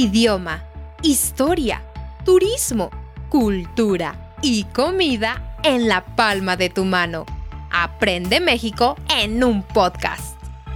idioma, historia, turismo, cultura y comida en la palma de tu mano. Aprende México en un podcast.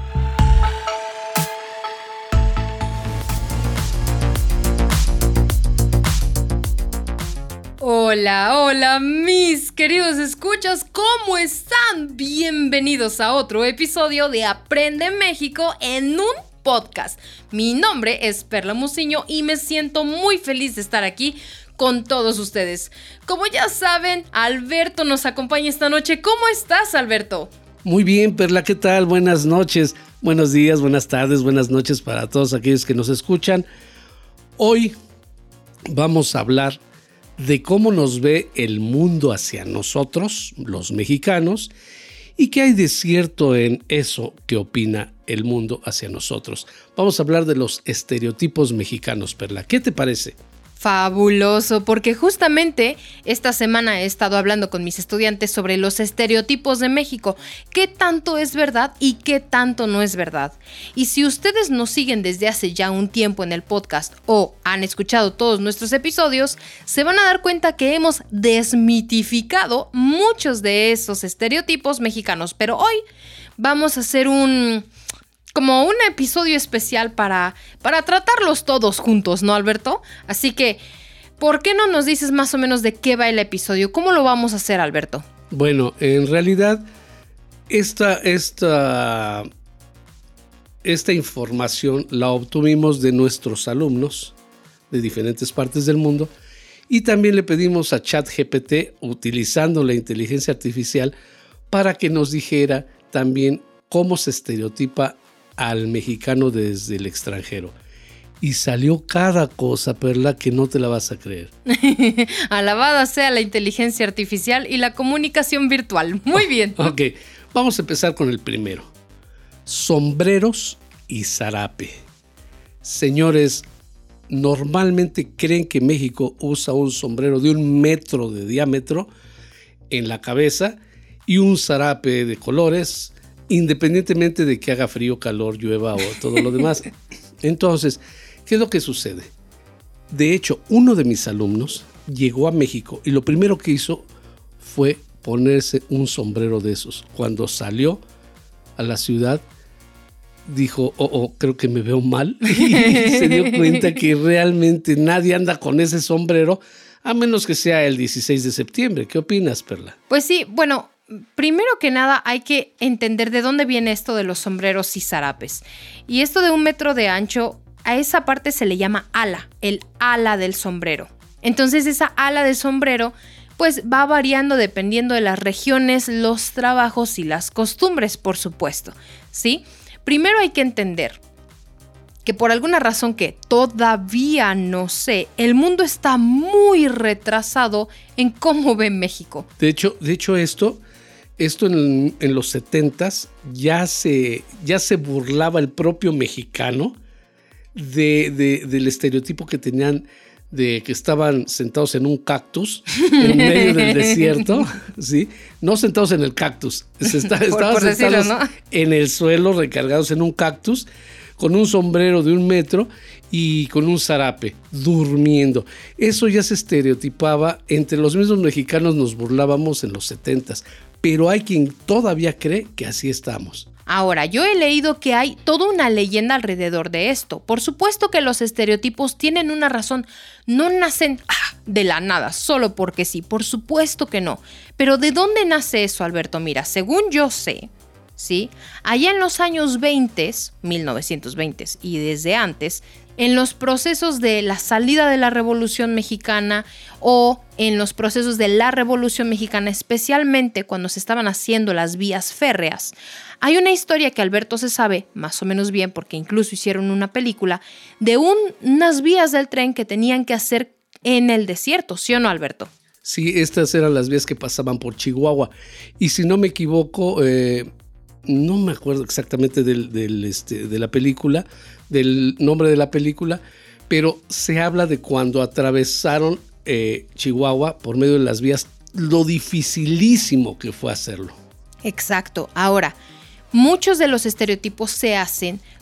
Hola, mis queridos escuchas, ¿cómo están? Bienvenidos a otro episodio de Aprende México en un podcast. Mi nombre es Perla Muciño y me siento muy feliz de estar aquí con todos ustedes. Como ya saben, Alberto nos acompaña esta noche. ¿Cómo estás, Alberto? Muy bien, Perla, ¿qué tal? Buenas noches, buenos días, buenas tardes, buenas noches para todos aquellos que nos escuchan. Hoy vamos a hablar de cómo nos ve el mundo hacia nosotros, los mexicanos, y qué hay de cierto en eso que opina el mundo hacia nosotros. Vamos a hablar de los estereotipos mexicanos, Perla. ¿Qué te parece? Fabuloso, porque justamente esta semana he estado hablando con mis estudiantes sobre los estereotipos de México, qué tanto es verdad y qué tanto no es verdad. Y si ustedes nos siguen desde hace ya un tiempo en el podcast o han escuchado todos nuestros episodios, se van a dar cuenta que hemos desmitificado muchos de esos estereotipos mexicanos, pero hoy vamos a hacer como un episodio especial para tratarlos todos juntos, ¿no, Alberto? Así que, ¿por qué no nos dices más o menos de qué va el episodio? ¿Cómo lo vamos a hacer, Alberto? Bueno, en realidad, esta información la obtuvimos de nuestros alumnos de diferentes partes del mundo y también le pedimos a ChatGPT, utilizando la inteligencia artificial, para que nos dijera también cómo se estereotipa al mexicano desde el extranjero. Y salió cada cosa, Perla, que no te la vas a creer. Alabada sea la inteligencia artificial y la comunicación virtual. Muy bien. Ok, vamos a empezar con el primero. Sombreros y zarape. Señores, normalmente creen que México usa un sombrero de 1 metro de diámetro en la cabeza y un zarape de colores, independientemente de que haga frío, calor, llueva o todo lo demás. Entonces, ¿qué es lo que sucede? De hecho, uno de mis alumnos llegó a México y lo primero que hizo fue ponerse un sombrero de esos. Cuando salió a la ciudad, dijo, creo que me veo mal. Y se dio cuenta que realmente nadie anda con ese sombrero, a menos que sea el 16 de septiembre. ¿Qué opinas, Perla? Pues sí, bueno, primero que nada hay que entender de dónde viene esto de los sombreros y zarapes. Y esto de 1 metro de ancho, a esa parte se le llama ala, el ala del sombrero. Entonces esa ala del sombrero pues va variando dependiendo de las regiones, los trabajos y las costumbres, por supuesto, ¿sí? Primero hay que entender que por alguna razón que todavía no sé, el mundo está muy retrasado en cómo ve México. De hecho esto en los 70s ya se burlaba el propio mexicano del estereotipo que tenían de que estaban sentados en un cactus en medio del desierto, ¿sí? No sentados en el cactus, estaban sentados, ¿no?, en el suelo, recargados en un cactus, con un sombrero de 1 metro y con un zarape, durmiendo. Eso ya se estereotipaba, entre los mismos mexicanos nos burlábamos en los 70s, pero hay quien todavía cree que así estamos. Ahora, yo he leído que hay toda una leyenda alrededor de esto. Por supuesto que los estereotipos tienen una razón, no nacen de la nada, solo porque sí, por supuesto que no. Pero ¿de dónde nace eso, Alberto? Mira, según yo sé, ¿sí?, allá en los años 20, 1920 y desde antes, en los procesos de la salida de la Revolución Mexicana o en los procesos de la Revolución Mexicana, especialmente cuando se estaban haciendo las vías férreas, hay una historia que Alberto se sabe más o menos bien porque incluso hicieron una película de unas vías del tren que tenían que hacer en el desierto, ¿sí o no, Alberto? Sí, estas eran las vías que pasaban por Chihuahua y si no me equivoco, no me acuerdo exactamente de la película, del nombre de la película, pero se habla de cuando atravesaron Chihuahua por medio de las vías, lo dificilísimo que fue hacerlo. Exacto. Ahora, muchos de los estereotipos se hacen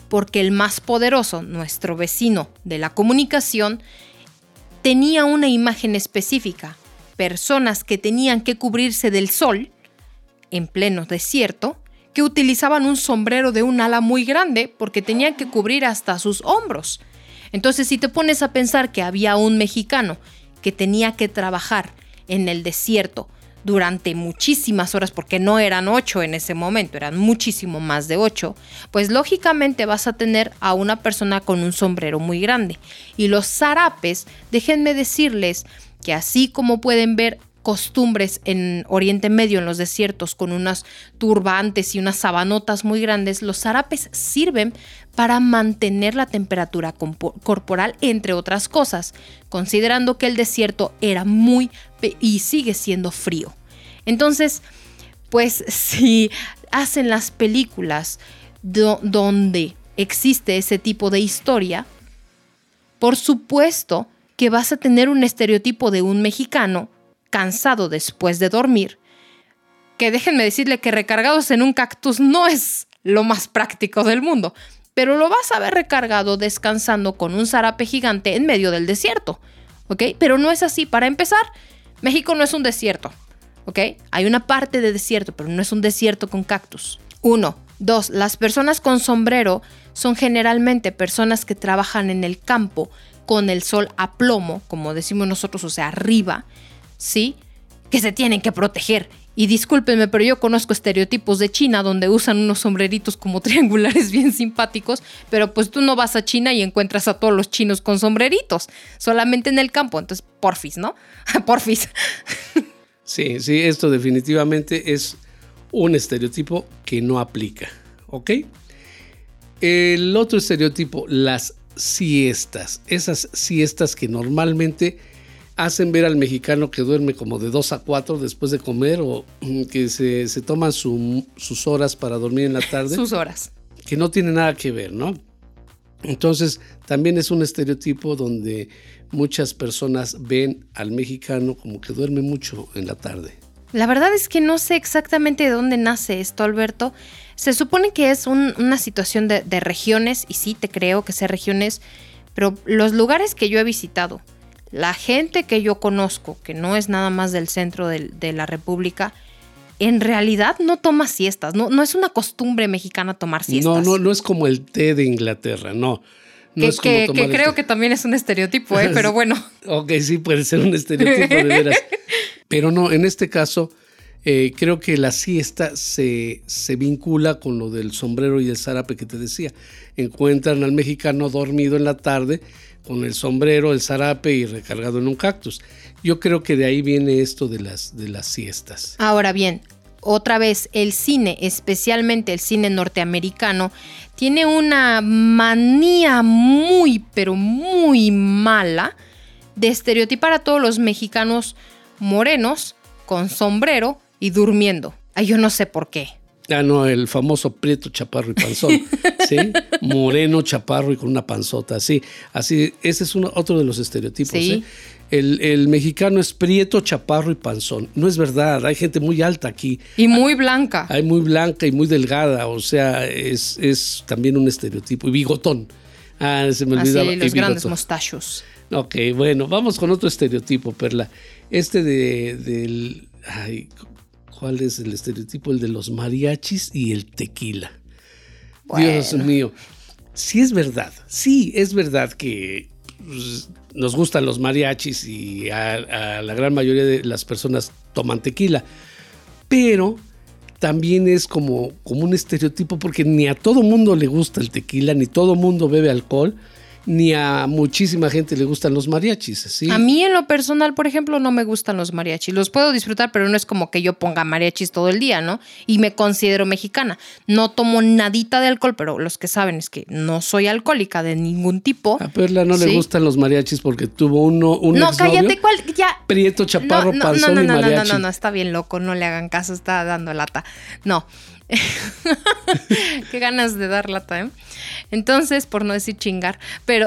porque el más poderoso, nuestro vecino de la comunicación, tenía una imagen específica. Personas que tenían que cubrirse del sol en pleno desierto, que utilizaban un sombrero de un ala muy grande porque tenían que cubrir hasta sus hombros. Entonces, si te pones a pensar que había un mexicano que tenía que trabajar en el desierto durante muchísimas horas, porque no eran 8 en ese momento, eran muchísimo más de 8, pues lógicamente vas a tener a una persona con un sombrero muy grande. Y los zarapes, déjenme decirles que así como pueden ver costumbres en Oriente Medio, en los desiertos, con unas turbantes y unas sabanotas muy grandes, los zarapes sirven para mantener la temperatura corporal, entre otras cosas, considerando que el desierto era muy y sigue siendo frío. Entonces, pues si hacen las películas donde existe ese tipo de historia, por supuesto que vas a tener un estereotipo de un mexicano cansado después de dormir, que déjenme decirle que recargados en un cactus no es lo más práctico del mundo, pero lo vas a ver recargado descansando con un zarape gigante en medio del desierto, ¿ok? Pero no es así. Para empezar, México no es un desierto, ¿ok? Hay una parte de desierto, pero no es un desierto con cactus. 1. 2. Las personas con sombrero son generalmente personas que trabajan en el campo con el sol a plomo, como decimos nosotros, o sea, arriba, ¿sí? Que se tienen que proteger. Y discúlpenme, pero yo conozco estereotipos de China donde usan unos sombreritos como triangulares bien simpáticos, pero pues tú no vas a China y encuentras a todos los chinos con sombreritos, solamente en el campo. Entonces, porfis, ¿no? Porfis. Sí, esto definitivamente es un estereotipo que no aplica, ¿ok? El otro estereotipo, las siestas. Esas siestas que normalmente hacen ver al mexicano que duerme como de 2 a 4 después de comer, o que se toman sus horas para dormir en la tarde. Sus horas. Que no tiene nada que ver, ¿no? Entonces, también es un estereotipo donde muchas personas ven al mexicano como que duerme mucho en la tarde. La verdad es que no sé exactamente de dónde nace esto, Alberto. Se supone que es una situación de regiones, y sí, te creo que sea regiones, pero los lugares que yo he visitado, la gente que yo conozco, que no es nada más del centro de la República, en realidad no toma siestas. No es una costumbre mexicana tomar siestas. No es como el té de Inglaterra, no. Que creo que también es un estereotipo, pero bueno. Ok, sí, puede ser un estereotipo de veras. Pero no, en este caso, creo que la siesta se vincula con lo del sombrero y el zarape que te decía. Encuentran al mexicano dormido en la tarde con el sombrero, el zarape y recargado en un cactus. Yo creo que de ahí viene esto de las siestas. Ahora bien, otra vez, el cine, especialmente el cine norteamericano, tiene una manía muy, pero muy mala de estereotipar a todos los mexicanos morenos, con sombrero y durmiendo. Ay, yo no sé por qué. No, el famoso prieto, chaparro y panzón, ¿sí? Moreno, chaparro y con una panzota, sí. Así, ese es otro de los estereotipos, sí. El mexicano es prieto, chaparro y panzón. No es verdad, hay gente muy alta aquí. Y muy blanca. Hay muy blanca y muy delgada, o sea, es también un estereotipo. Y bigotón. Se me olvidaba. Así, los grandes mostachos. Ok, bueno, vamos con otro estereotipo, Perla. ¿Cuál es el estereotipo? El de los mariachis y el tequila. Bueno. Dios mío. Sí es verdad que nos gustan los mariachis y a la gran mayoría de las personas toman tequila, pero también es como un estereotipo, porque ni a todo mundo le gusta el tequila, ni todo mundo bebe alcohol, ni a muchísima gente le gustan los mariachis, ¿sí? A mí en lo personal, por ejemplo, no me gustan los mariachis. Los puedo disfrutar, pero no es como que yo ponga mariachis todo el día, ¿no? Y me considero mexicana. No tomo nadita de alcohol, pero los que saben es que no soy alcohólica de ningún tipo. A Perla no le gustan los mariachis porque tuvo un no, exnovio. Cállate, ¿cuál? Ya. Prieto, chaparro, panzón y mariachi. No, está bien loco, no le hagan caso, está dando lata. No. Qué ganas de dar lata, ¿eh? Entonces, por no decir chingar, pero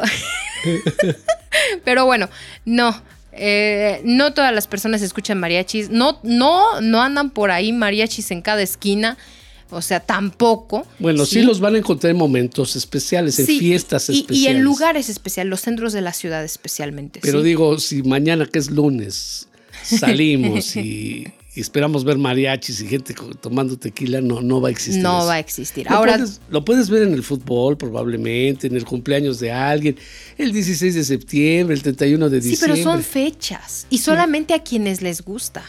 bueno, no todas las personas escuchan mariachis, no andan por ahí mariachis en cada esquina, O sea, tampoco. Bueno, sí los van a encontrar en momentos especiales, en fiestas especiales. Y en lugares especiales, los centros de la ciudad especialmente. Pero digo, si mañana que es lunes salimos y esperamos ver mariachis y gente tomando tequila, no va a existir. No eso. va a existir. Ahora lo puedes ver en el fútbol probablemente, en el cumpleaños de alguien, el 16 de septiembre, el 31 de diciembre. Sí, pero son fechas y solamente a quienes les gusta.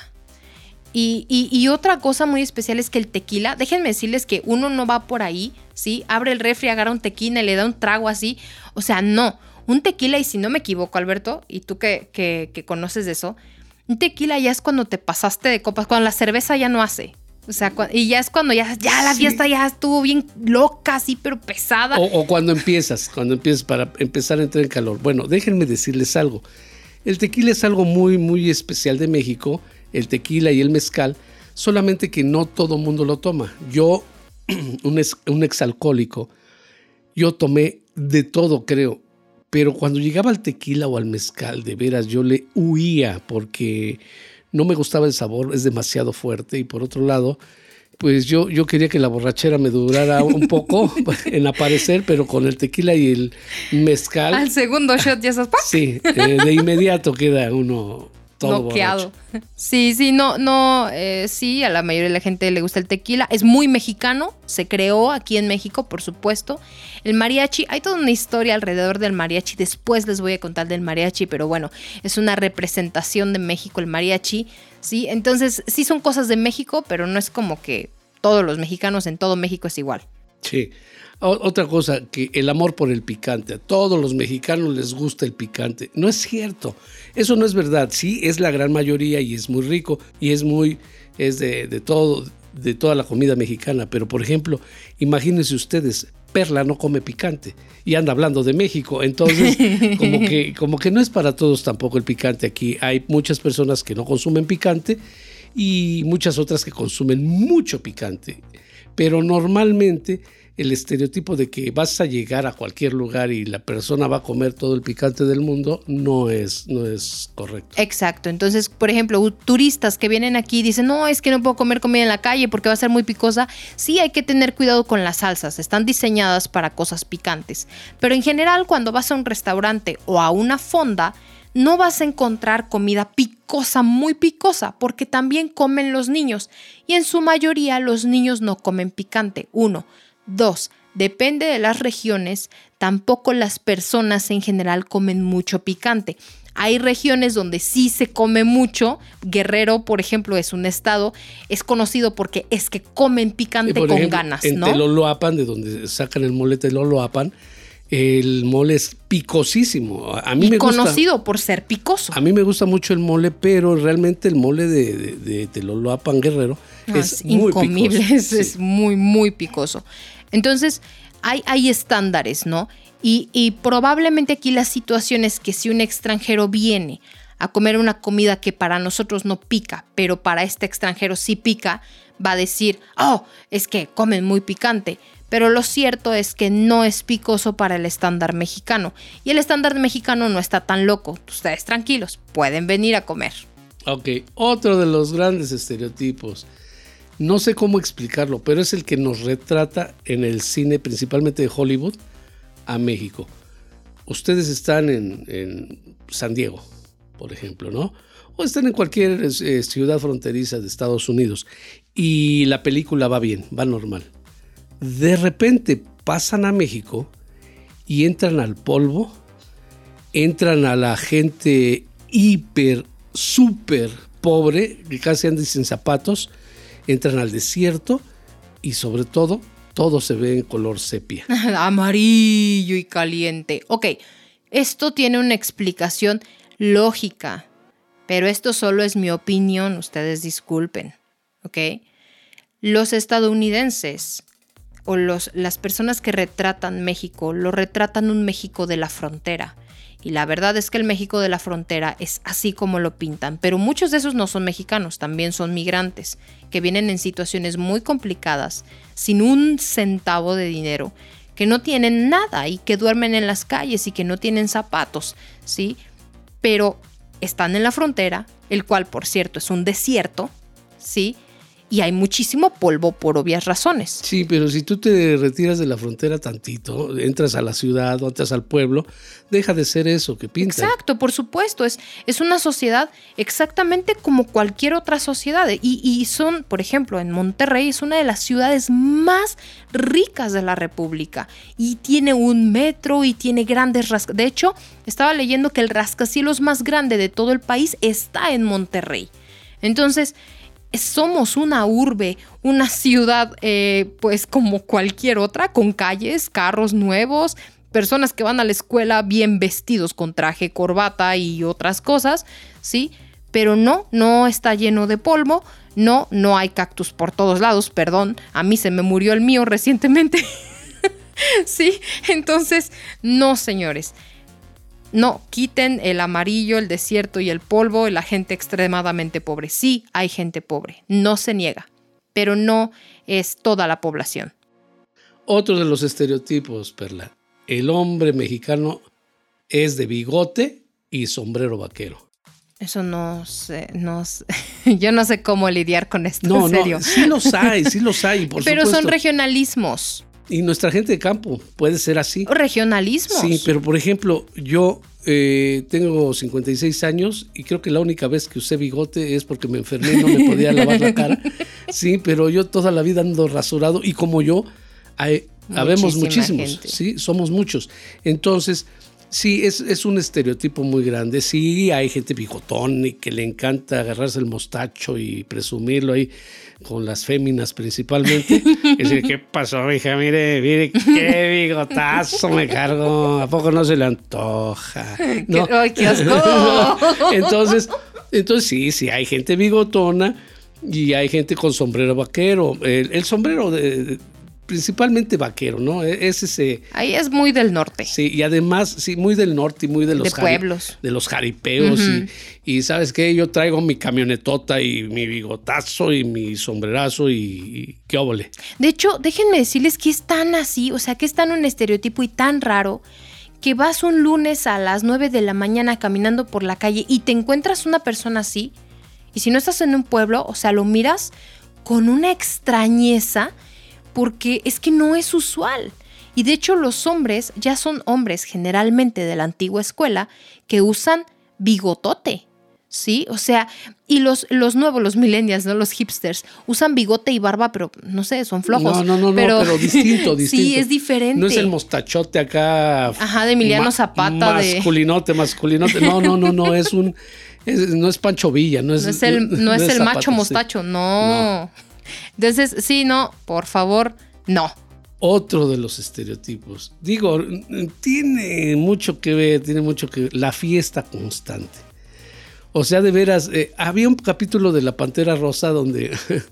Y otra cosa muy especial es que el tequila, déjenme decirles que uno no va por ahí, ¿sí? Abre el refri, agarra un tequila y le da un trago así. O sea, no. Un tequila, y si no me equivoco, Alberto, y tú que conoces de eso, un tequila ya es cuando te pasaste de copas, cuando la cerveza ya no hace. O sea, y ya es cuando ya la fiesta ya estuvo bien loca, así, pero pesada. O cuando empiezas para empezar a entrar en calor. Bueno, déjenme decirles algo. El tequila es algo muy, muy especial de México. El tequila y el mezcal, solamente que no todo mundo lo toma. Yo, un exalcohólico, yo tomé de todo, creo, pero cuando llegaba al tequila o al mezcal, de veras, yo le huía porque no me gustaba el sabor, es demasiado fuerte, y por otro lado, pues yo quería que la borrachera me durara un poco en aparecer, pero con el tequila y el mezcal... Al segundo shot ya estás... Sí, de inmediato queda uno... todo noqueado. borracho. Sí, sí, a la mayoría de la gente le gusta el tequila. Es muy mexicano, se creó aquí en México, por supuesto. El mariachi, hay toda una historia alrededor del mariachi. Después les voy a contar del mariachi, pero bueno, es una representación de México el mariachi, ¿sí? Entonces, sí son cosas de México, pero no es como que todos los mexicanos en todo México es igual. Sí. Otra cosa, que el amor por el picante. A todos los mexicanos les gusta el picante. No es cierto. Eso no es verdad. Sí, es la gran mayoría y es muy rico y es de toda la comida mexicana. Pero, por ejemplo, imagínense ustedes, Perla no come picante y anda hablando de México. Entonces, como que no es para todos tampoco el picante aquí. Hay muchas personas que no consumen picante y muchas otras que consumen mucho picante. Pero normalmente el estereotipo de que vas a llegar a cualquier lugar y la persona va a comer todo el picante del mundo no es correcto. Exacto. Entonces, por ejemplo, turistas que vienen aquí y dicen, no, es que no puedo comer comida en la calle porque va a ser muy picosa. Sí, hay que tener cuidado con las salsas. Están diseñadas para cosas picantes. Pero en general, cuando vas a un restaurante o a una fonda, no vas a encontrar comida picosa, muy picosa, porque también comen los niños. Y en su mayoría los niños no comen picante. 1. 2. Depende de las regiones, tampoco las personas en general comen mucho picante. Hay regiones donde sí se come mucho. Guerrero, por ejemplo, es un estado, es conocido porque es que comen picante con ejemplo, ganas, en ¿no? Teloloapan, de donde sacan el mole Teloloapan, el mole es picosísimo. A mí me conocido gusta, por ser picoso. A mí me gusta mucho el mole, pero realmente el mole de Teloloapan, Guerrero, es muy incomible, picoso. Es muy, muy picoso. Entonces, hay estándares, ¿no? Y probablemente aquí la situación es que si un extranjero viene a comer una comida que para nosotros no pica, pero para este extranjero sí pica, va a decir, oh, es que comen muy picante. Pero lo cierto es que no es picoso para el estándar mexicano. Y el estándar mexicano no está tan loco. Ustedes tranquilos, pueden venir a comer. Ok, otro de los grandes estereotipos. No sé cómo explicarlo, pero es el que nos retrata en el cine, principalmente de Hollywood, a México. Ustedes están en San Diego, por ejemplo, ¿no? O están en cualquier ciudad fronteriza de Estados Unidos y la película va bien, va normal. De repente pasan a México y entran al polvo, entran a la gente súper pobre, que casi andan sin zapatos, entran al desierto y sobre todo se ve en color sepia. Amarillo y caliente. Ok, esto tiene una explicación lógica, pero esto solo es mi opinión, ustedes disculpen, ¿ok? Los estadounidenses o las personas que retratan México, lo retratan un México de la frontera. Y la verdad es que el México de la frontera es así como lo pintan. Pero muchos de esos no son mexicanos, también son migrantes, que vienen en situaciones muy complicadas, sin un centavo de dinero, que no tienen nada y que duermen en las calles y que no tienen zapatos, ¿sí? Pero están en la frontera, el cual, por cierto, es un desierto, ¿sí? y hay muchísimo polvo por obvias razones. Sí, pero si tú te retiras de la frontera tantito, entras a la ciudad o entras al pueblo, deja de ser eso que pinta. Exacto, por supuesto, es una sociedad exactamente como cualquier otra sociedad y son, por ejemplo, en Monterrey es una de las ciudades más ricas de la República y tiene un metro y tiene grandes rascacielos. De hecho, estaba leyendo que el rascacielos más grande de todo el país está en Monterrey. Entonces, somos una urbe, una ciudad pues como cualquier otra, con calles, carros nuevos, personas que van a la escuela bien vestidos con traje, corbata y otras cosas, ¿sí? Pero no está lleno de polvo, no hay cactus por todos lados, perdón, a mí se me murió el mío recientemente, ¿sí? Entonces, no, señores. No, quiten el amarillo, el desierto y el polvo, la gente extremadamente pobre. Sí, hay gente pobre, no se niega, pero no es toda la población. Otro de los estereotipos, Perla. El hombre mexicano es de bigote y sombrero vaquero. Eso no sé. Yo no sé cómo lidiar con esto, en serio. No, sí los hay, por pero supuesto. Son regionalismos. Y nuestra gente de campo puede ser así. Regionalismos. Sí, pero por ejemplo, yo tengo 56 años y creo que la única vez que usé bigote es porque me enfermé y no me podía lavar la cara. Sí, pero yo toda la vida ando rasurado y como yo, habemos muchísimos. Gente. Sí, somos muchos. Entonces, sí, es un estereotipo muy grande. Sí, hay gente bigotón y que le encanta agarrarse el mostacho y presumirlo ahí con las féminas principalmente. Y decir, ¿qué pasó, hija? Mire, qué bigotazo me cargo. ¿A poco no se le antoja? ¿No? ¡Ay, qué asco! Entonces sí, hay gente bigotona y hay gente con sombrero vaquero. El sombrero principalmente vaquero, ¿no? Es ese. Ahí es muy del norte. Sí, y además, sí, muy del norte y muy de los pueblos. De los jaripeos. Uh-huh. Y ¿sabes qué? Yo traigo mi camionetota y mi bigotazo y mi sombrerazo y qué óvole. De hecho, déjenme decirles que es tan así, o sea, que es tan un estereotipo y tan raro que vas un lunes a las 9 de la mañana caminando por la calle y te encuentras una persona así, y si no estás en un pueblo, o sea, lo miras con una extrañeza porque es que no es usual. Y de hecho los hombres ya son hombres generalmente de la antigua escuela que usan bigotote, ¿sí? O sea, y los nuevos, los millennials, ¿no? Los hipsters, usan bigote y barba, pero no sé, son flojos. No, pero distinto. Sí, es diferente. No es el mostachote acá. Ajá, de Emiliano Zapata. Masculinote. No, no es Pancho Villa. No es el Zapata, macho mostacho, sí. No. Entonces, sí, no, por favor, no. Otro de los estereotipos. Digo, tiene mucho que ver la fiesta constante. O sea, de veras, había un capítulo de La Pantera Rosa donde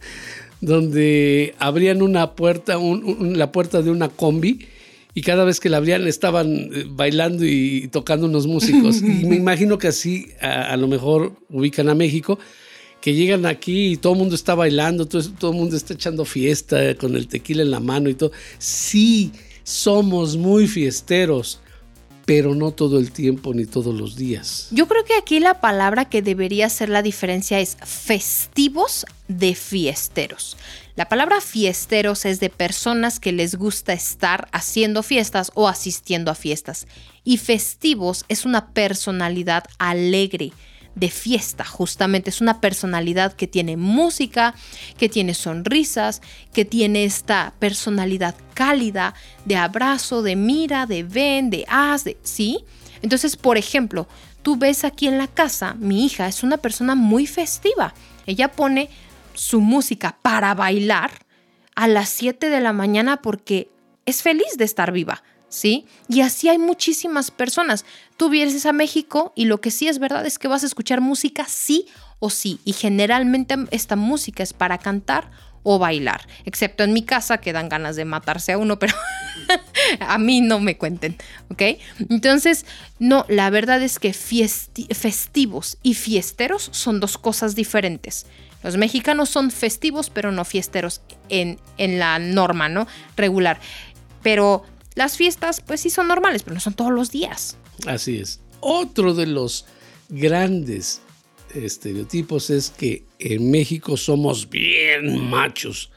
abrían una puerta, la puerta de una combi y cada vez que la abrían estaban bailando y tocando unos músicos. Y me imagino que así a lo mejor ubican a México, que llegan aquí y todo el mundo está bailando, todo el mundo está echando fiesta con el tequila en la mano y todo. Sí, somos muy fiesteros, pero no todo el tiempo ni todos los días. Yo creo que aquí la palabra que debería hacer la diferencia es festivos de fiesteros. La palabra fiesteros es de personas que les gusta estar haciendo fiestas o asistiendo a fiestas. Y festivos es una personalidad alegre, de fiesta, justamente es una personalidad que tiene música, que tiene sonrisas, que tiene esta personalidad cálida de abrazo, de mira, de ven, de haz, ¿sí? Entonces, por ejemplo, tú ves aquí en la casa, mi hija es una persona muy festiva. Ella pone su música para bailar a las 7 de la mañana porque es feliz de estar viva, ¿sí? Y así hay muchísimas personas. Tú vienes a México y lo que sí es verdad es que vas a escuchar música sí o sí. Y generalmente esta música es para cantar o bailar. Excepto en mi casa que dan ganas de matarse a uno, pero a mí no me cuenten, ¿ok? Entonces, no, la verdad es que festivos y fiesteros son dos cosas diferentes. Los mexicanos son festivos, pero no fiesteros en la norma, ¿no? Regular. Pero las fiestas, pues sí son normales, pero no son todos los días. Así es. Otro de los grandes estereotipos es que en México somos bien machos.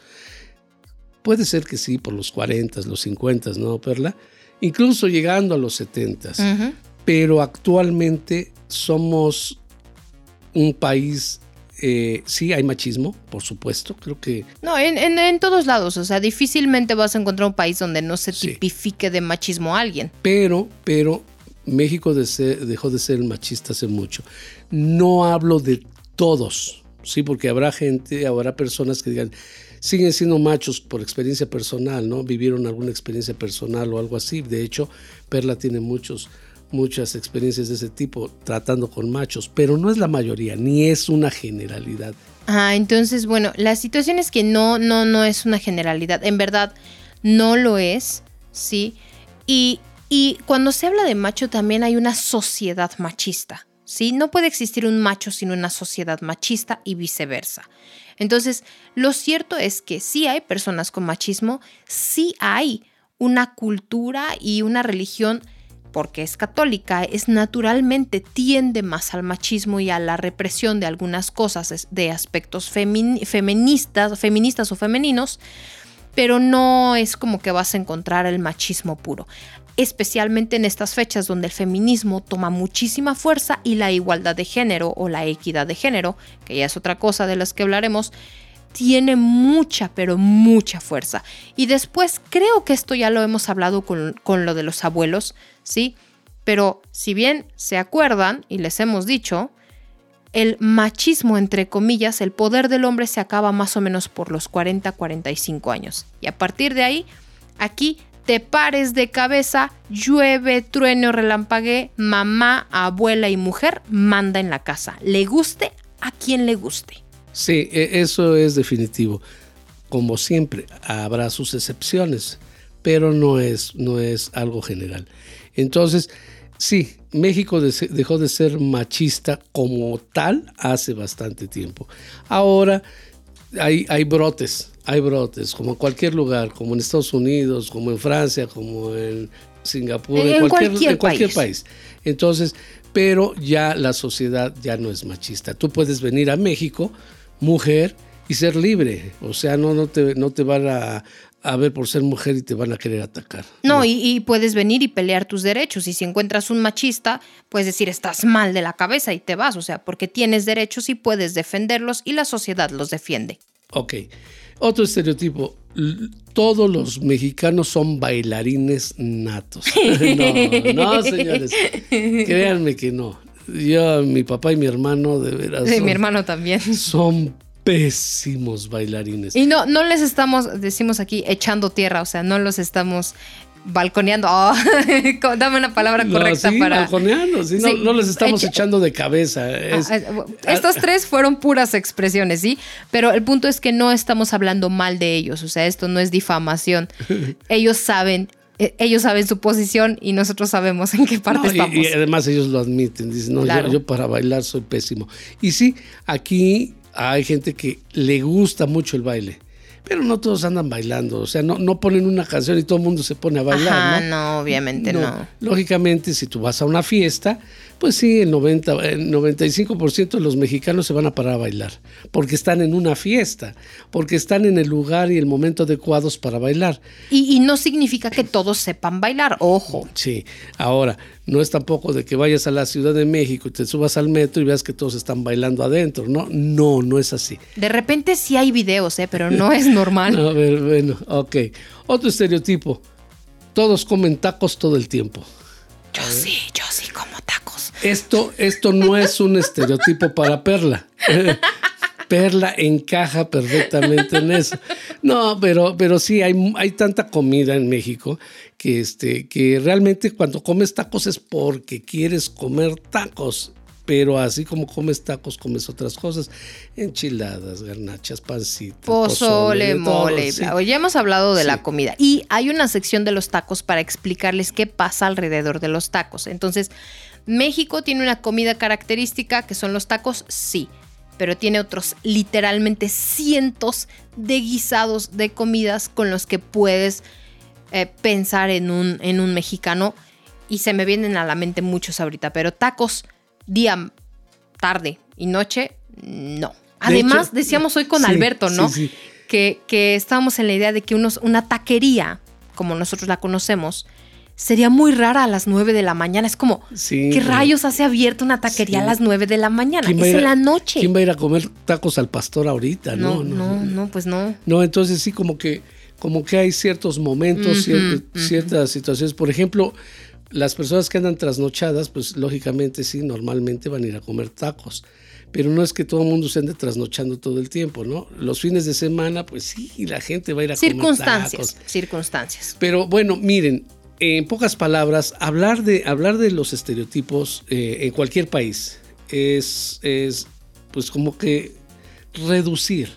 Puede ser que sí, por los 40, los 50, ¿no, Perla? Incluso llegando a los 70. Uh-huh. Pero actualmente somos un país, sí hay machismo, por supuesto, creo que... No, en todos lados, o sea, difícilmente vas a encontrar un país donde no se tipifique de machismo a alguien. Pero México dejó de ser machista hace mucho. No hablo de todos, sí, porque habrá personas que digan, siguen siendo machos por experiencia personal, ¿no? Vivieron alguna experiencia personal o algo así. De hecho, Perla tiene muchas experiencias de ese tipo tratando con machos, pero no es la mayoría, ni es una generalidad. Entonces, bueno, la situación es que no es una generalidad. En verdad, no lo es, ¿sí? Y cuando se habla de macho también hay una sociedad machista, ¿sí? No puede existir un macho sin una sociedad machista y viceversa. Entonces, lo cierto es que sí hay personas con machismo, sí hay una cultura y una religión, porque es católica, naturalmente tiende más al machismo y a la represión de algunas cosas, de aspectos feministas o femeninos, pero no es como que vas a encontrar el machismo puro. Especialmente en estas fechas donde el feminismo toma muchísima fuerza y la igualdad de género o la equidad de género, que ya es otra cosa de las que hablaremos, tiene mucha, pero mucha fuerza. Y después creo que esto ya lo hemos hablado con lo de los abuelos, ¿sí? Pero si bien se acuerdan y les hemos dicho, el machismo, entre comillas, el poder del hombre se acaba más o menos por los 40-45 años. Y a partir de ahí, aquí te pares de cabeza, llueve, truene o relampaguee, mamá, abuela y mujer manda en la casa. Le guste a quien le guste. Sí, eso es definitivo. Como siempre, habrá sus excepciones, pero no es algo general. Entonces, sí, México dejó de ser machista como tal hace bastante tiempo. Ahora hay brotes, como en cualquier lugar, como en Estados Unidos, como en Francia, como en Singapur, en cualquier país. Entonces, pero ya la sociedad ya no es machista. Tú puedes venir a México, mujer, y ser libre. O sea, no te van a ver por ser mujer y te van a querer atacar. No. Y puedes venir y pelear tus derechos. Y si encuentras un machista, puedes decir estás mal de la cabeza y te vas. O sea, porque tienes derechos y puedes defenderlos y la sociedad los defiende. Ok. Otro estereotipo. Todos los mexicanos son bailarines natos. No, señores. Créanme que no. Yo, mi papá y mi hermano, de veras. Sí, mi hermano también. Son pésimos bailarines. Y no les estamos, decimos aquí, echando tierra, o sea, no los estamos balconeando. Oh, dame una palabra correcta para... balconeando, sí, no les estamos echando de cabeza. Estos tres fueron puras expresiones, ¿sí? Pero el punto es que no estamos hablando mal de ellos, o sea, esto no es difamación. Ellos saben su posición y nosotros sabemos en qué parte estamos. Y además ellos lo admiten, dicen, no, claro. yo para bailar soy pésimo. Y sí, aquí hay gente que le gusta mucho el baile, pero no todos andan bailando, o sea, no ponen una canción y todo el mundo se pone a bailar. Ajá, no, obviamente no. Lógicamente, si tú vas a una fiesta, pues sí, el 95% de los mexicanos se van a parar a bailar, porque están en una fiesta, porque están en el lugar y el momento adecuados para bailar. Y no significa que todos sepan bailar, ojo. Sí, ahora, no es tampoco de que vayas a la Ciudad de México y te subas al metro y veas que todos están bailando adentro, no es así. De repente sí hay videos, pero no es normal. A ver, bueno, ok. Otro estereotipo, todos comen tacos todo el tiempo. Yo sí como tacos. Esto no es un estereotipo para Perla. Perla encaja perfectamente en eso. No, pero sí, hay tanta comida en México que realmente cuando comes tacos es porque quieres comer tacos. Pero así como comes tacos, comes otras cosas. Enchiladas, garnachas, pancitas, pozole, mole. Sí. Ya hemos hablado de la comida. Y hay una sección de los tacos para explicarles qué pasa alrededor de los tacos. Entonces, México tiene una comida característica que son los tacos, sí. Pero tiene otros literalmente cientos de guisados de comidas con los que puedes pensar en un mexicano. Y se me vienen a la mente muchos ahorita. Pero tacos... Día tarde y noche, no. Además, decíamos hoy con Alberto, ¿no? Sí. Que estábamos en la idea de que una taquería, como nosotros la conocemos, sería muy rara a las 9 de la mañana. Es como, ¿qué rayos hace abierta una taquería a las 9 de la mañana? Es en la noche. ¿Quién va a ir a comer tacos al pastor ahorita? No, pues no. No, entonces sí, como que hay ciertos momentos, ciertas situaciones. Por ejemplo, las personas que andan trasnochadas, pues lógicamente sí, normalmente van a ir a comer tacos. Pero no es que todo el mundo se ande trasnochando todo el tiempo, ¿no? Los fines de semana, pues sí, la gente va a ir a comer tacos. Circunstancias. Pero bueno, miren, en pocas palabras, hablar de los estereotipos en cualquier país es pues como que reducir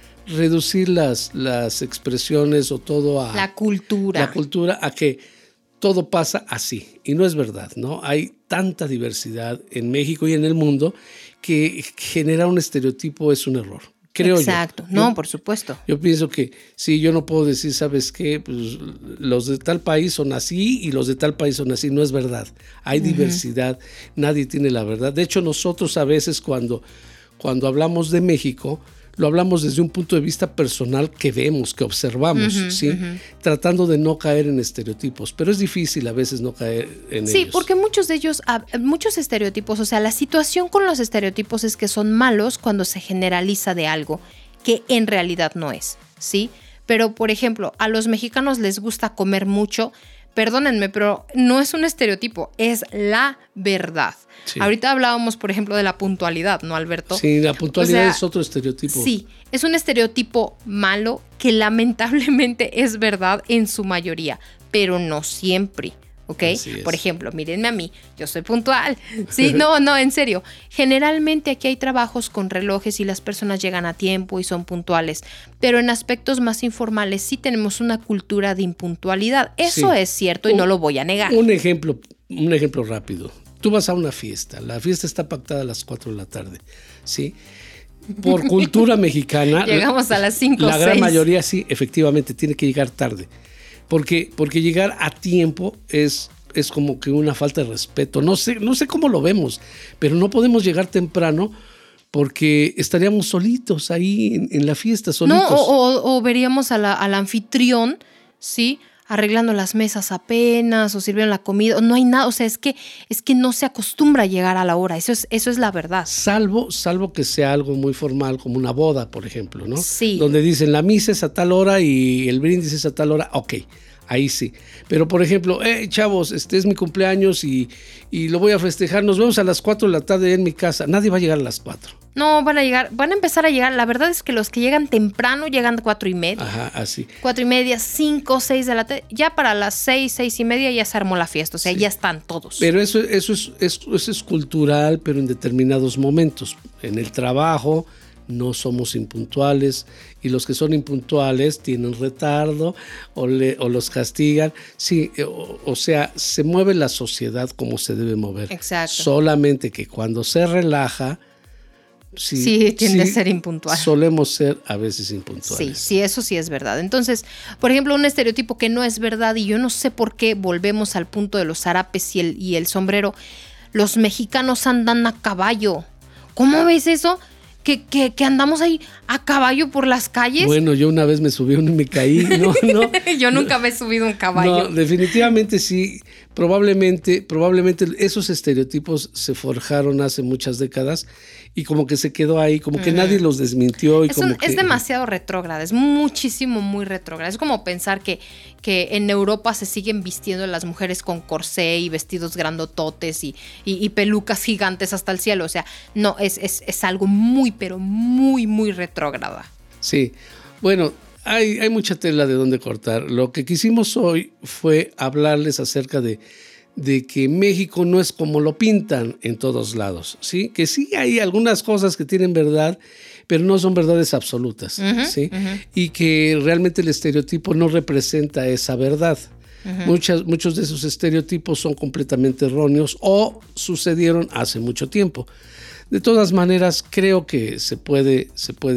las expresiones o todo a la cultura a que todo pasa así, y no es verdad, ¿no? Hay tanta diversidad en México y en el mundo que generar un estereotipo es un error, creo yo. Exacto, no, por supuesto. Yo pienso que sí, yo no puedo decir, ¿sabes qué? Pues los de tal país son así y los de tal país son así, no es verdad. Hay diversidad, nadie tiene la verdad. De hecho, nosotros a veces cuando hablamos de México, lo hablamos desde un punto de vista personal que vemos, que observamos, ¿sí? Tratando de no caer en estereotipos, pero es difícil a veces no caer en ellos. Sí, porque muchos de ellos, muchos estereotipos, o sea, la situación con los estereotipos es que son malos cuando se generaliza de algo que en realidad no es, ¿sí? Pero, por ejemplo, a los mexicanos les gusta comer mucho. Perdónenme, pero no es un estereotipo, es la verdad. Sí. Ahorita hablábamos, por ejemplo, de la puntualidad, ¿no, Alberto? Sí, la puntualidad es otro estereotipo. Sí, es un estereotipo malo que lamentablemente es verdad en su mayoría, pero no siempre. ¿Ok? Por ejemplo, mírenme a mí, yo soy puntual. Sí, no, en serio. Generalmente aquí hay trabajos con relojes y las personas llegan a tiempo y son puntuales, pero en aspectos más informales sí tenemos una cultura de impuntualidad. Eso es cierto y no lo voy a negar. Un ejemplo rápido. Tú vas a una fiesta, la fiesta está pactada a las 4 de la tarde, ¿sí? Por cultura mexicana. Llegamos a las 5 o 6. La gran mayoría sí, efectivamente, tiene que llegar tarde. Porque llegar a tiempo es como que una falta de respeto. No sé cómo lo vemos, pero no podemos llegar temprano porque estaríamos solitos ahí en la fiesta, solitos. No, o veríamos al anfitrión, ¿sí? Arreglando las mesas apenas o sirviendo la comida. No hay nada, o sea, es que no se acostumbra a llegar a la hora. Eso es la verdad. Salvo que sea algo muy formal, como una boda, por ejemplo, ¿no? Sí. Donde dicen la misa es a tal hora y el brindis es a tal hora. Ok, ahí sí. Pero, por ejemplo, chavos, es mi cumpleaños y lo voy a festejar. Nos vemos a las 4 de la tarde en mi casa. Nadie va a llegar a las 4. No, van a empezar a llegar. La verdad es que los que llegan temprano llegan 4:30. Ajá, así. 4:30, 5, 6 de la tarde. Ya para las 6, 6:30 ya se armó la fiesta. O sea, ya están todos. Pero eso es cultural, pero en determinados momentos. En el trabajo no somos impuntuales y los que son impuntuales tienen retardo o los castigan. Sí, o sea, se mueve la sociedad como se debe mover. Exacto. Solamente que cuando se relaja, sí, tiende a ser impuntual. Solemos ser a veces impuntuales. Sí, eso sí es verdad. Entonces, por ejemplo, un estereotipo que no es verdad, y yo no sé por qué volvemos al punto de los zarapes y el sombrero. Los mexicanos andan a caballo. ¿Cómo ves eso? Que andamos ahí a caballo por las calles. Bueno, yo una vez me subí y me caí. No. Yo nunca me he subido a un caballo. No, definitivamente sí. Probablemente esos estereotipos se forjaron hace muchas décadas y como que se quedó ahí, como que nadie los desmintió. Es demasiado retrógrada, es muchísimo, muy retrógrada. Es como pensar que en Europa se siguen vistiendo las mujeres con corsé y vestidos grandototes y pelucas gigantes hasta el cielo. O sea, no, es algo muy, pero muy, muy retrógrada. Sí, bueno, hay mucha tela de dónde cortar. Lo que quisimos hoy fue hablarles acerca de que México no es como lo pintan en todos lados, ¿sí? Que sí hay algunas cosas que tienen verdad, pero no son verdades absolutas, ¿sí? Y que realmente el estereotipo no representa esa verdad. Muchos de esos estereotipos son completamente erróneos o sucedieron hace mucho tiempo. De todas maneras, creo que se puede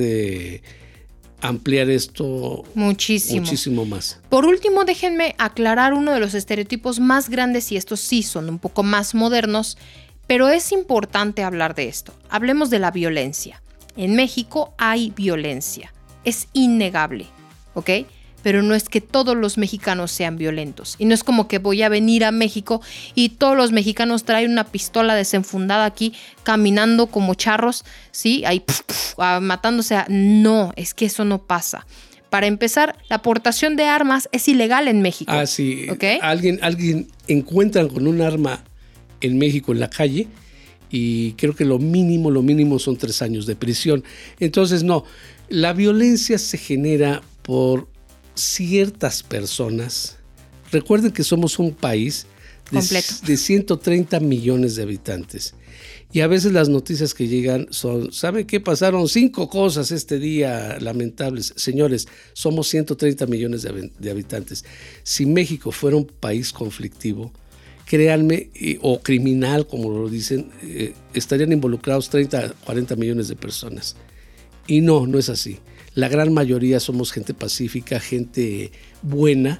ampliar esto muchísimo más. Por último, déjenme aclarar uno de los estereotipos más grandes, y estos sí son un poco más modernos, Pero es importante hablar de esto. Hablemos de la violencia. En México hay violencia. Es innegable, ¿ok? Pero no es que todos los mexicanos sean violentos. Y no es como que voy a venir a México y todos los mexicanos traen una pistola desenfundada aquí, caminando como charros, ¿sí? Ahí matándose. No, es que eso no pasa. Para empezar, la aportación de armas es ilegal en México. Ah, sí. ¿Okay? Alguien encuentran con un arma en México en la calle y creo que lo mínimo son 3 años de prisión. Entonces, no, la violencia se genera por ciertas personas. Recuerden que somos un país de 130 millones de habitantes. Y a veces las noticias que llegan son, ¿saben qué? Pasaron 5 cosas este día lamentables. Señores, somos 130 millones de habitantes. Si México fuera un país conflictivo, créanme, o criminal, como lo dicen, estarían involucrados 30, 40 millones de personas. Y no es así. La gran mayoría somos gente pacífica, gente buena,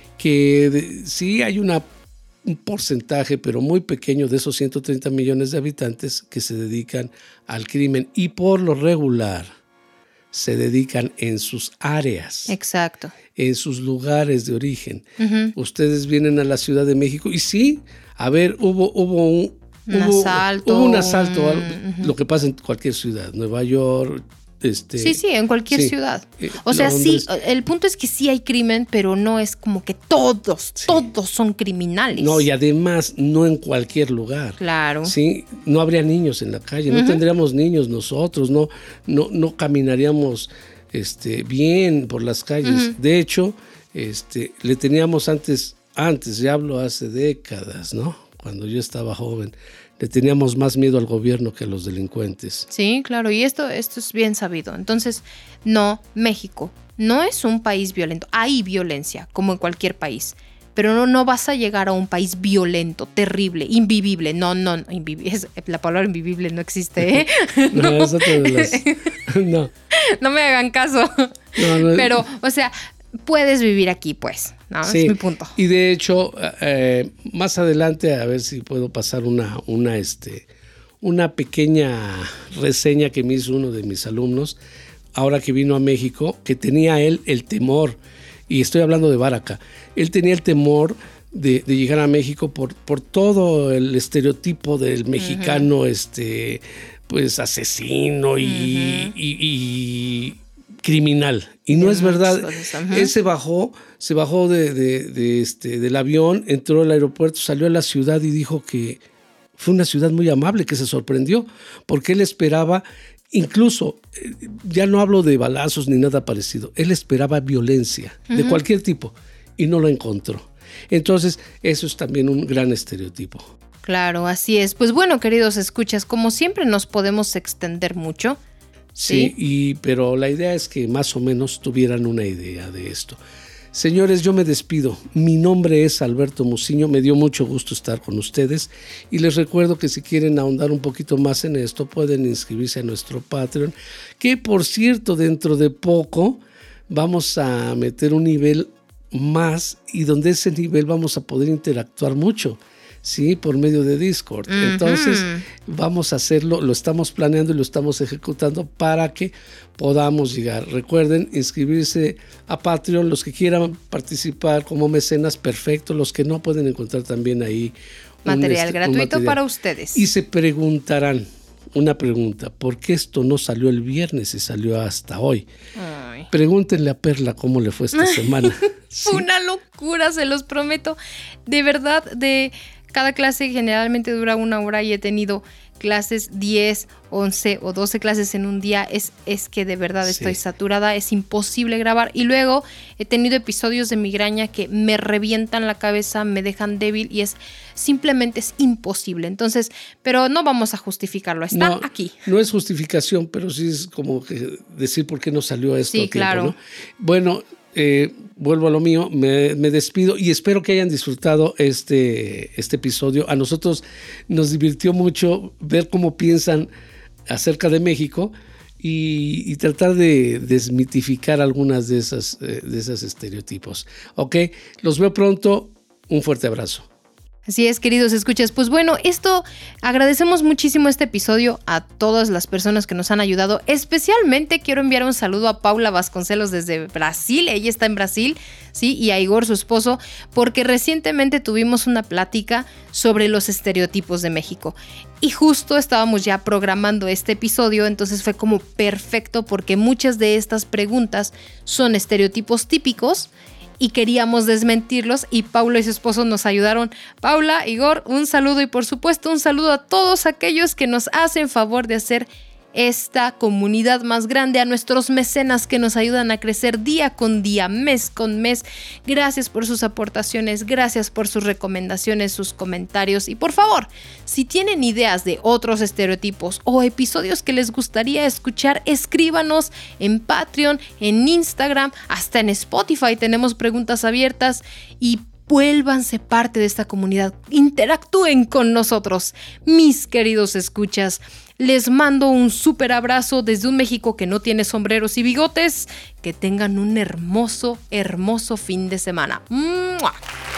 que sí hay un porcentaje, pero muy pequeño, de esos 130 millones de habitantes que se dedican al crimen y por lo regular se dedican en sus áreas. Exacto. En sus lugares de origen. Uh-huh. Ustedes vienen a la Ciudad de México y sí, a ver, hubo un asalto. Hubo un asalto, uh-huh. Lo que pasa en cualquier ciudad, Nueva York. Sí, en cualquier ciudad. O sea, Londres. Sí, el punto es que sí hay crimen, pero no es como que todos son criminales. No, y además no en cualquier lugar. Claro. Sí, no habría niños en la calle, no tendríamos niños nosotros, no caminaríamos bien por las calles. De hecho, le teníamos antes, ya hablo hace décadas, ¿no? Cuando yo estaba joven, le teníamos más miedo al gobierno que a los delincuentes. Sí, claro, y esto es bien sabido. Entonces, no, México no es un país violento. Hay violencia, como en cualquier país, pero no vas a llegar a un país violento, terrible, invivible. No, la palabra invivible no existe, ¿eh? No. No me hagan caso. No. Pero, o sea, puedes vivir aquí, pues, ¿no? Sí, es mi punto. Y de hecho, más adelante, a ver si puedo pasar una pequeña reseña que me hizo uno de mis alumnos, ahora que vino a México, que tenía él el temor, y estoy hablando de Baraca, él tenía el temor de llegar a México por todo el estereotipo del mexicano, pues asesino y criminal, y no es verdad. Él se bajó del avión, entró al aeropuerto, salió a la ciudad y dijo que fue una ciudad muy amable, que se sorprendió, porque él esperaba, incluso, ya no hablo de balazos ni nada parecido, él esperaba violencia de cualquier tipo y no lo encontró. Entonces, eso es también un gran estereotipo. Claro, así es. Pues bueno, queridos escuchas, como siempre nos podemos extender mucho. Sí, pero la idea es que más o menos tuvieran una idea de esto. Señores, yo me despido. Mi nombre es Alberto Muciño. Me dio mucho gusto estar con ustedes y les recuerdo que si quieren ahondar un poquito más en esto, pueden inscribirse a nuestro Patreon, que por cierto, dentro de poco vamos a meter un nivel más y donde ese nivel vamos a poder interactuar mucho. Sí, por medio de Discord. Entonces vamos a hacerlo, lo estamos planeando y lo estamos ejecutando para que podamos llegar. Recuerden inscribirse a Patreon, los que quieran participar como mecenas, perfecto, los que no pueden encontrar también ahí material gratuito para ustedes. Y se preguntarán una pregunta, ¿por qué esto no salió el viernes y salió hasta hoy? Ay. Pregúntenle a Perla cómo le fue esta semana. Fue una locura, se los prometo. De verdad, cada clase generalmente dura 1 hora y he tenido clases 10, 11 o 12 clases en un día. Es que de verdad estoy saturada, es imposible grabar. Y luego he tenido episodios de migraña que me revientan la cabeza, me dejan débil y simplemente es imposible. Entonces, pero no vamos a justificarlo, está aquí. No es justificación, pero sí es como que decir por qué no salió esto a tiempo, claro. ¿no? Bueno, vuelvo a lo mío, me despido y espero que hayan disfrutado este episodio. A nosotros nos divirtió mucho ver cómo piensan acerca de México y tratar de desmitificar algunas de esas estereotipos. Ok, los veo pronto, un fuerte abrazo. Así es, queridos escuchas. Pues bueno, agradecemos muchísimo este episodio a todas las personas que nos han ayudado. Especialmente quiero enviar un saludo a Paula Vasconcelos desde Brasil. Ella está en Brasil, ¿sí? Y a Igor, su esposo, porque recientemente tuvimos una plática sobre los estereotipos de México. Y justo estábamos ya programando este episodio, entonces fue como perfecto porque muchas de estas preguntas son estereotipos típicos y queríamos desmentirlos y Paula y su esposo nos ayudaron. Paula, Igor, un saludo y por supuesto un saludo a todos aquellos que nos hacen favor de hacer esta comunidad más grande, a nuestros mecenas que nos ayudan a crecer día con día, mes con mes. Gracias por sus aportaciones, gracias por sus recomendaciones, sus comentarios y por favor, si tienen ideas de otros estereotipos o episodios que les gustaría escuchar, escríbanos en Patreon, en Instagram, hasta en Spotify tenemos preguntas abiertas y vuélvanse parte de esta comunidad, interactúen con nosotros, mis queridos escuchas. Les mando un súper abrazo desde un México que no tiene sombreros y bigotes. Que tengan un hermoso, hermoso fin de semana. ¡Mua!